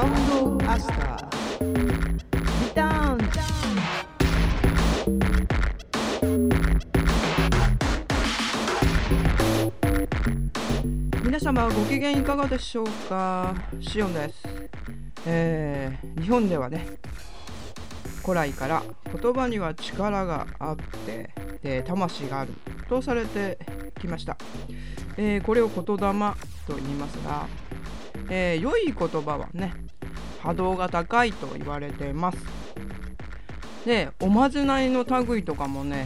サウンドアスターリターン。皆様ご機嫌いかがでしょうか。シオンです。日本ではね、古来から言葉には力があってで魂があるとされてきました。これを言霊と言いますが、良い言葉はね、波動が高いと言われています。で、おまじないの類とかもね、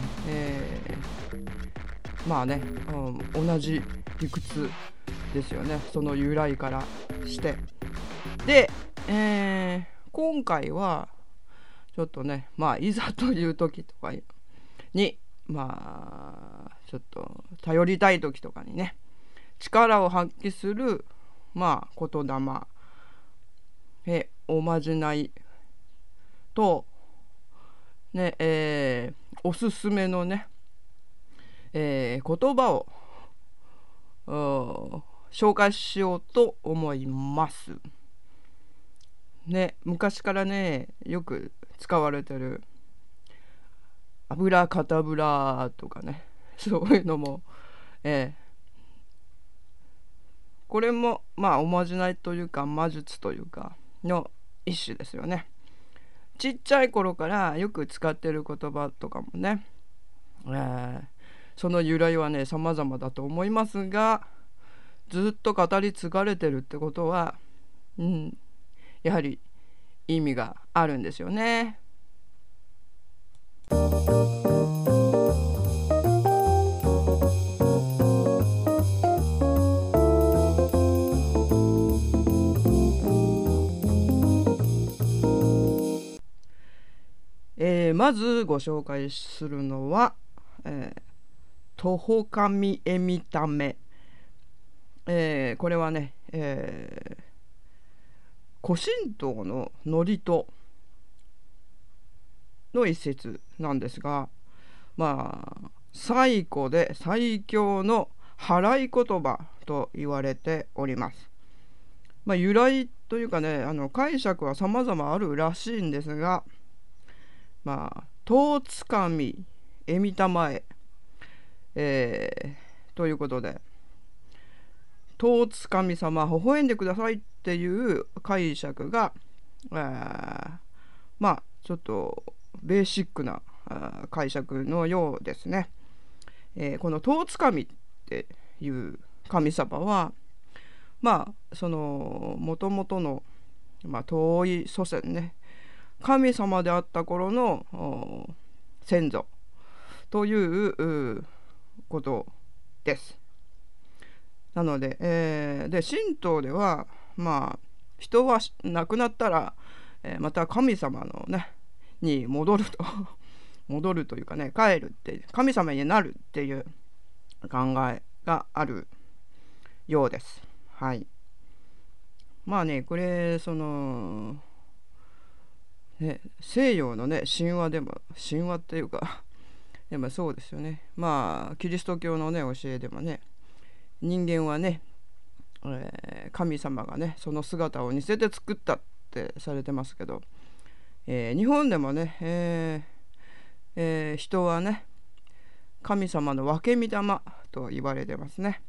まあね、同じ理屈ですよね、その由来からして。で、今回はちょっとね、まあいざという時とかに、まあちょっと頼りたい時とかにね、力を発揮するまあ言霊、おまじないとね、おすすめのね、言葉を紹介しようと思いますね。昔からね、よく使われてるアブラカタブラとかね、そういうのも、これもまあおまじないというか魔術というかの一種ですよね。ちっちゃい頃からよく使ってる言葉とかもね、その由来はね様々だと思いますが、ずっと語り継がれてるってことは、やはり意味があるんですよね。まずご紹介するのは、徒歩神えみため、これはね、古神道の祝詞の一節なんですが、まあ最古で最強の払い言葉と言われております。由来というかね、解釈は様々あるらしいんですが、戸つかみえみたまえ、ということで、戸つかみ様微笑んでくださいっていう解釈が、ちょっとベーシックな解釈のようですね。この戸つかみっていう神様は、その元々の、遠い祖先ね、神様であった頃の先祖ということです。なので、で神道では人は亡くなったら、また神様のねに戻ると戻るというかね、帰るって神様になるっていう考えがあるようです。はい。これその西洋のね神話でも、神話っていうかでもそうですよね。キリスト教のね教えでもね、人間はね、神様がねその姿を似せて作ったってされてますけど、日本でもね、人はね神様の分け御霊と言われてますね。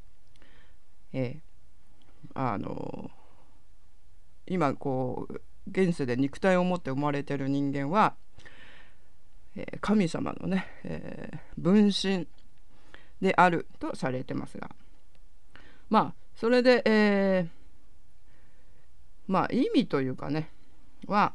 今こう現世で肉体を持って生まれている人間は、神様のね、分身であるとされてますが、それで、意味というかねは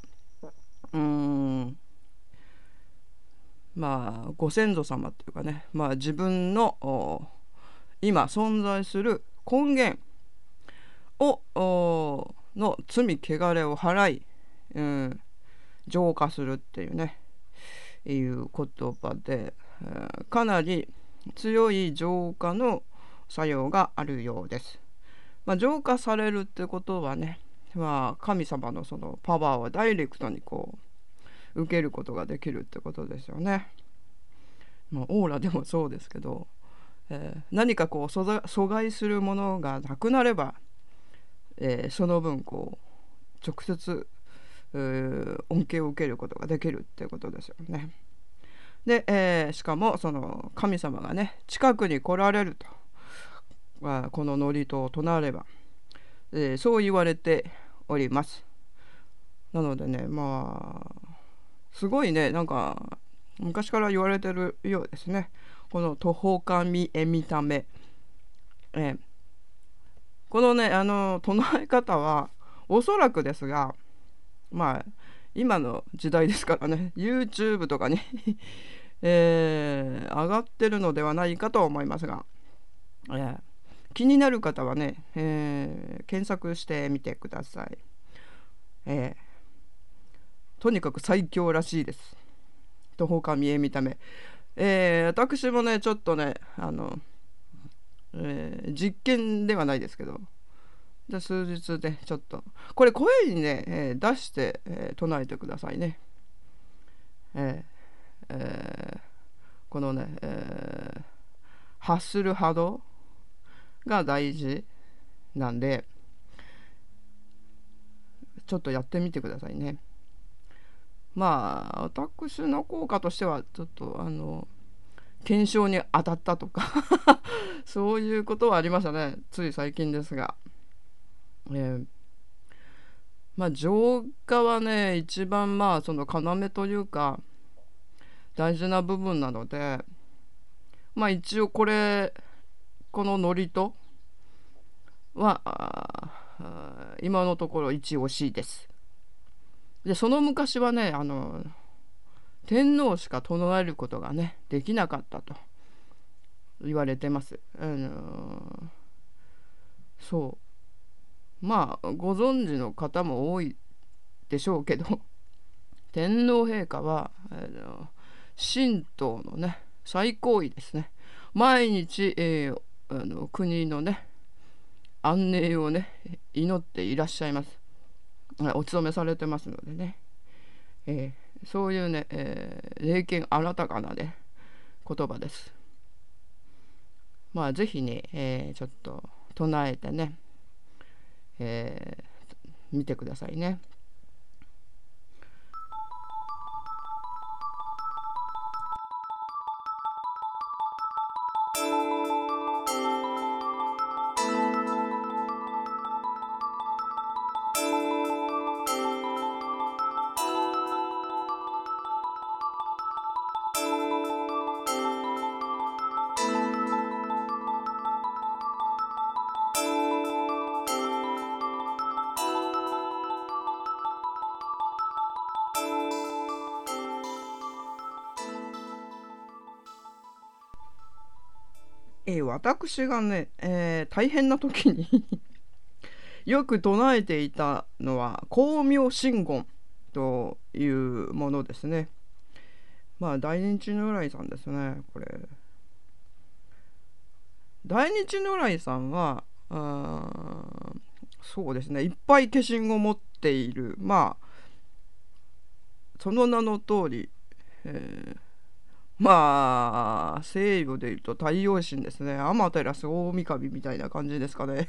ご先祖様というかね、自分の今存在する根源をの罪汚れを払い、浄化するっていうねいう言葉で、かなり強い浄化の作用があるようです。浄化されるってことはね、神様のそのパワーをダイレクトにこう受けることができるってことですよね。オーラでもそうですけど、何かこう阻害するものがなくなれば、その分こう直接恩恵を受けることができるっていうことですよね。で、しかもその神様がね近くに来られると、この祝詞を唱えれば、そう言われております。なのでね、すごいね、なんか昔から言われてるようですね。この徒歩神えみため、このね唱え方はおそらくですが、今の時代ですからね、 YouTube とかに上がってるのではないかと思いますが、気になる方はね、検索してみてください。とにかく最強らしいです。徒歩神えみため。私もねちょっとね実験ではないですけど、で数日でちょっとこれ声にね、出して、唱えてくださいね。このね、発する波動が大事なんで、ちょっとやってみてくださいね。私の効果としてはちょっと検証に当たったとかそういうことはありましたね、つい最近ですが。浄化はね一番その要というか大事な部分なので、一応この祝詞は今のところ一押しです。でその昔はね天皇しか唱えることがねできなかったと言われてます。そうご存知の方も多いでしょうけど、天皇陛下は神道のね最高位ですね。毎日、国のね安寧をね祈っていらっしゃいます。お務めされてますのでね、そういうね、霊験新たかなね言葉です。ぜひね、ちょっと唱えてね、見てくださいね。私がね、大変な時によく唱えていたのは光明真言というものですね。大日如来さんですね。これ大日如来さんはそうですね、いっぱい化身を持っている、その名の通り、西洋でいうと太陽神ですね。天照大神みたいな感じですかね。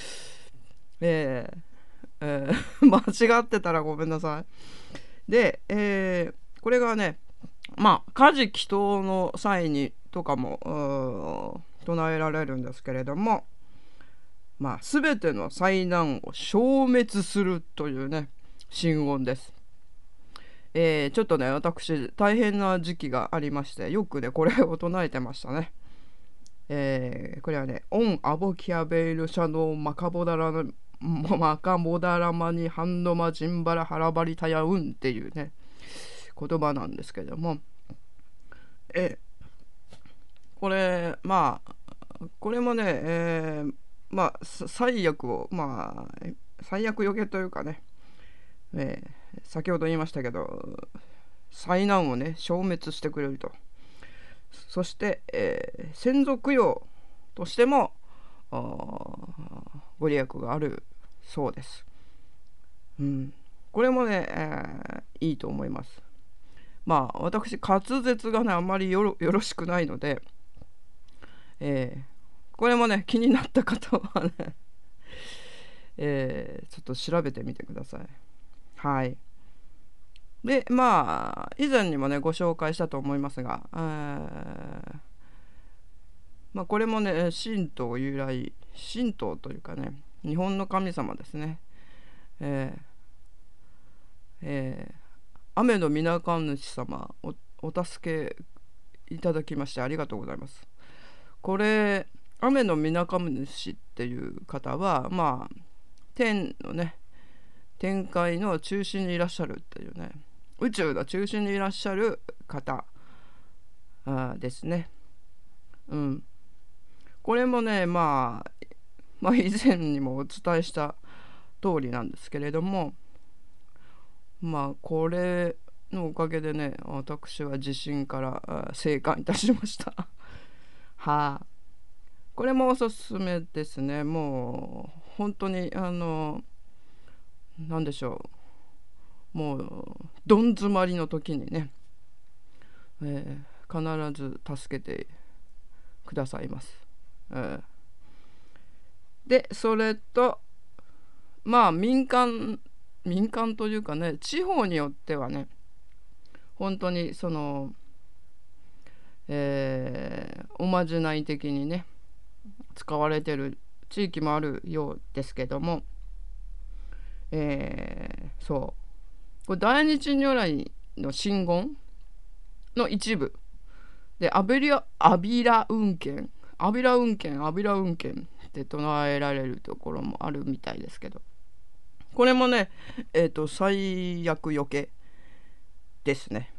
間違ってたらごめんなさい。で、これがね家事祈祷の際にとかも唱えられるんですけれども、全ての災難を消滅するというね真言です。ちょっとね私大変な時期がありまして、よくねこれを唱えてましたね。これはね、オンアボキアベイルシャドウマカボダラマニハンドマジンバラハラバリタヤウンっていうね言葉なんですけども、これこれもね、最悪を最悪よけというかね、先ほど言いましたけど災難をね消滅してくれると。そして、先祖供養としてもご利益があるそうです。これもね、いいと思います。私滑舌がねあんまりよろしくないので、これもね気になった方はね、 ちょっと調べてみてください。はい。でまあ以前にもねご紹介したと思いますが、まあ、これもね神道由来、神道というかね日本の神様ですね。雨のみなか主様 お助けいただきましてありがとうございます。これ雨のみなか主っていう方はまあ天のね天界の中心にいらっしゃるっていうね、宇宙の中心にいらっしゃる方ですね。これもね、まあ以前にもお伝えした通りなんですけれども、まあこれのおかげでね私は地震から生還いたしましたはい、これもおすすめですね。もう本当に何でしょう、もうどん詰まりの時にね、必ず助けてくださいます。でそれとまあ民間というかね地方によってはね本当にその、おまじない的にね使われてる地域もあるようですけども、そうこれ大日如来の真言の一部で阿弥陀運慶って唱えられるところもあるみたいですけど、これもね最悪よけですね。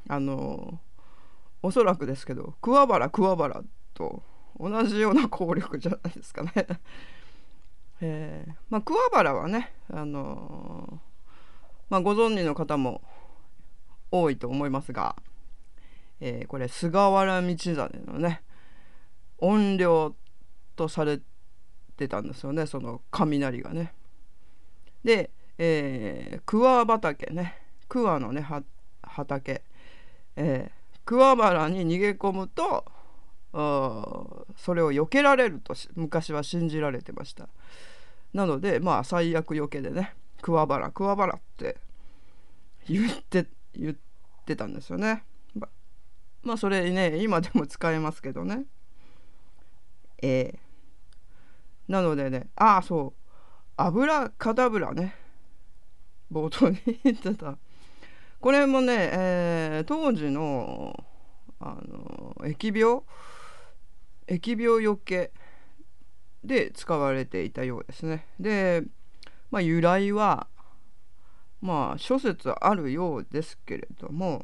おそらくですけど桑原と同じような効力じゃないですかねまあ桑原はねまあご存知の方も多いと思いますが、これ菅原道真のね怨霊とされてたんですよね、その雷がね。で、桑畑ね、桑のね畑、桑原に逃げ込むとそれを避けられると昔は信じられてました。なのでまあ最悪よけでね桑原って言ってたんですよね。まあそれね今でも使えますけどね。なのでねそう油かだぶらね冒頭に言ってたこれもね、当時の疫病よけで使われていたようですね。で、まあ、由来はまあ諸説あるようですけれども、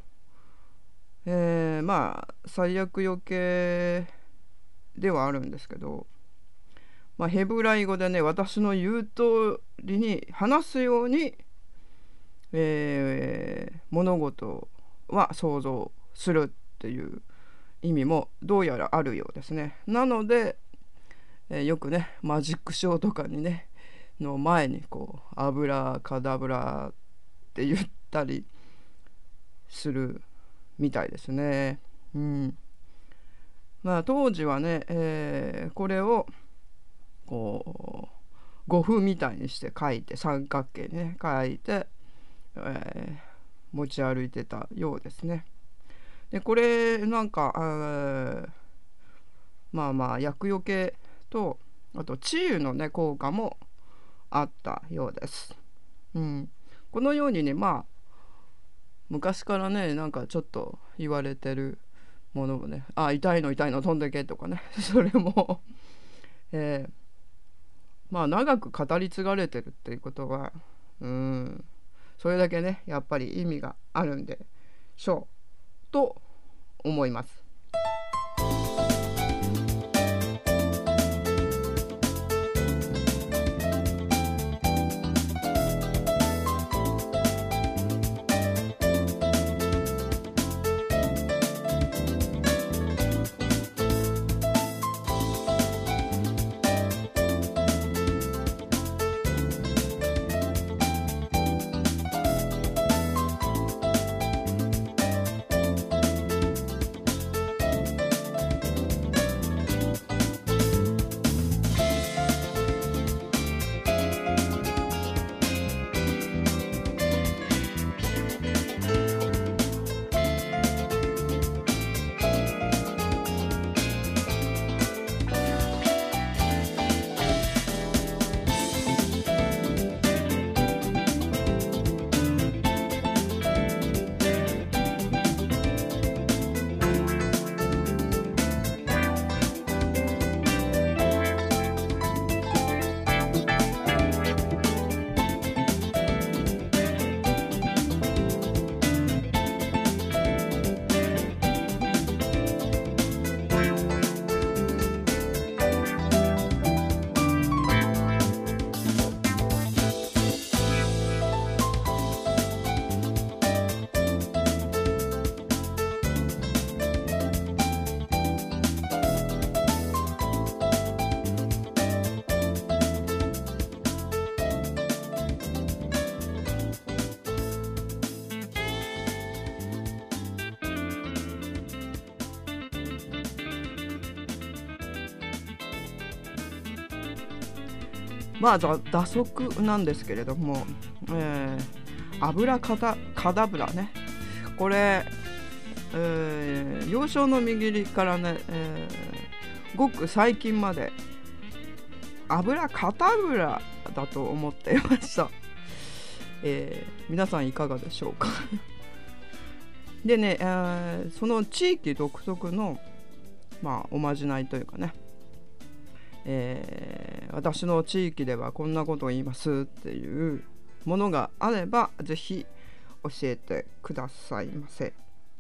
まあ最悪よけではあるんですけど、まあ、ヘブライ語でね私の言う通りに話すように、物事は想像するっていう意味もどうやらあるようですね。なので、よくねマジックショーとかにねの前にこうアブラカダブラって言ったりするみたいですね。まあ当時はね、これをこう語符みたいにして書いて三角形にね書いて、持ち歩いてたようですね。でこれなんかまあ厄除けとあと治癒のね効果もあったようです。このようにねまあ昔からねなんかちょっと言われてるものをね痛いの飛んでけとかねそれも、まあ長く語り継がれてるっていうことはそれだけねやっぱり意味があるんでしょうと思います。 まあ打足なんですけれども、アブラカダブラね、これ、幼少の右利きからね、ごく最近までアブラカタブラだと思っていました。皆さんいかがでしょうかでね、その地域独特の、おまじないというかね、私の地域ではこんなことを言いますっていうものがあればぜひ教えてくださいませ。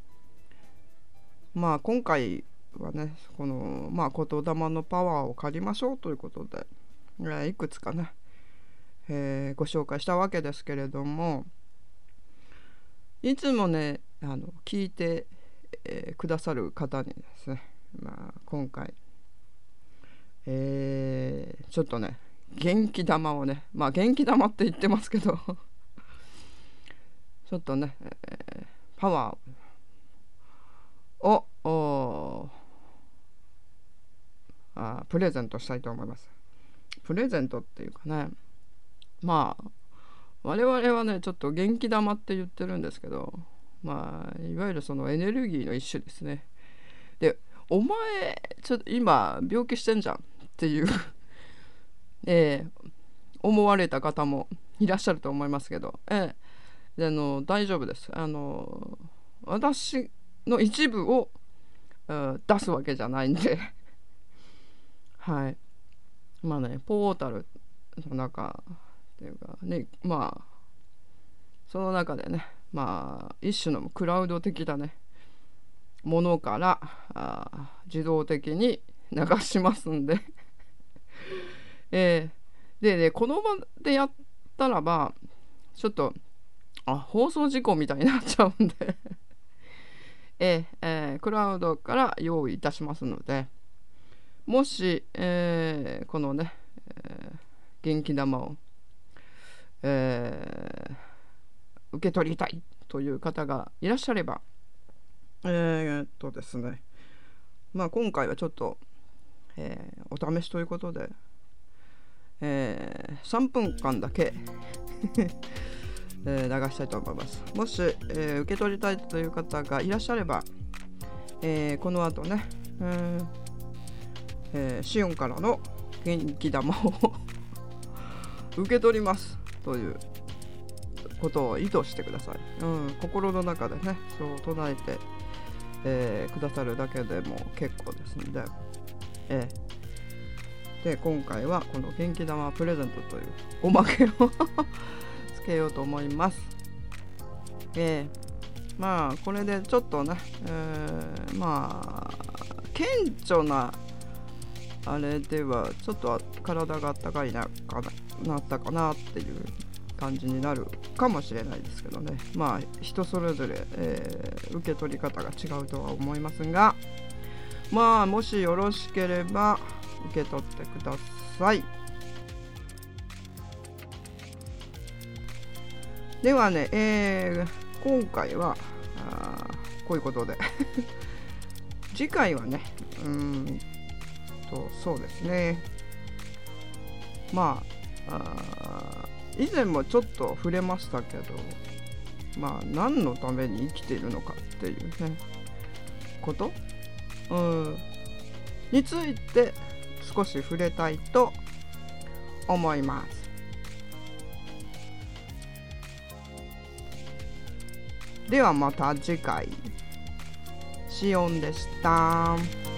今回はね、この言霊のパワーを借りましょうということで、いくつかね、ご紹介したわけですけれども、いつもね聞いて、くださる方にですね、今回、ちょっとね元気玉をね、元気玉って言ってますけどちょっとね、パワーをプレゼントしたいと思います。プレゼントっていうかね、我々はねちょっと元気玉って言ってるんですけど、いわゆるそのエネルギーの一種ですね。で、お前ちょっと今病気してんじゃんっていう思われた方もいらっしゃると思いますけど、大丈夫です。私の一部を出すわけじゃないんではい。ポータルの中っていうかね、その中でね、一種のクラウド的なねものから自動的に流しますんででね、この場でやったらばちょっと放送事故みたいになっちゃうんでクラウドから用意いたしますので、もし、このね、元気玉を、受け取りたいという方がいらっしゃればですね、今回はちょっと、お試しということで、3分間だけ流したいと思います。もし、受け取りたいという方がいらっしゃれば、この後ね、シオンからの元気玉を受け取りますということを意図してください。心の中でねそう唱えて、くださるだけでも結構ですので、で今回はこの元気玉プレゼントというおまけをつけようと思います。これでちょっとね、顕著なあれではちょっと体が温かいなったかなっていう感じになるかもしれないですけどね、人それぞれ、受け取り方が違うとは思いますが、もしよろしければ受け取ってください。ではね、今回はこういうことで次回はねそうですね、以前もちょっと触れましたけど、何のために生きているのかっていうねことについて少し触れたいと思います。ではまた次回。シオンでした。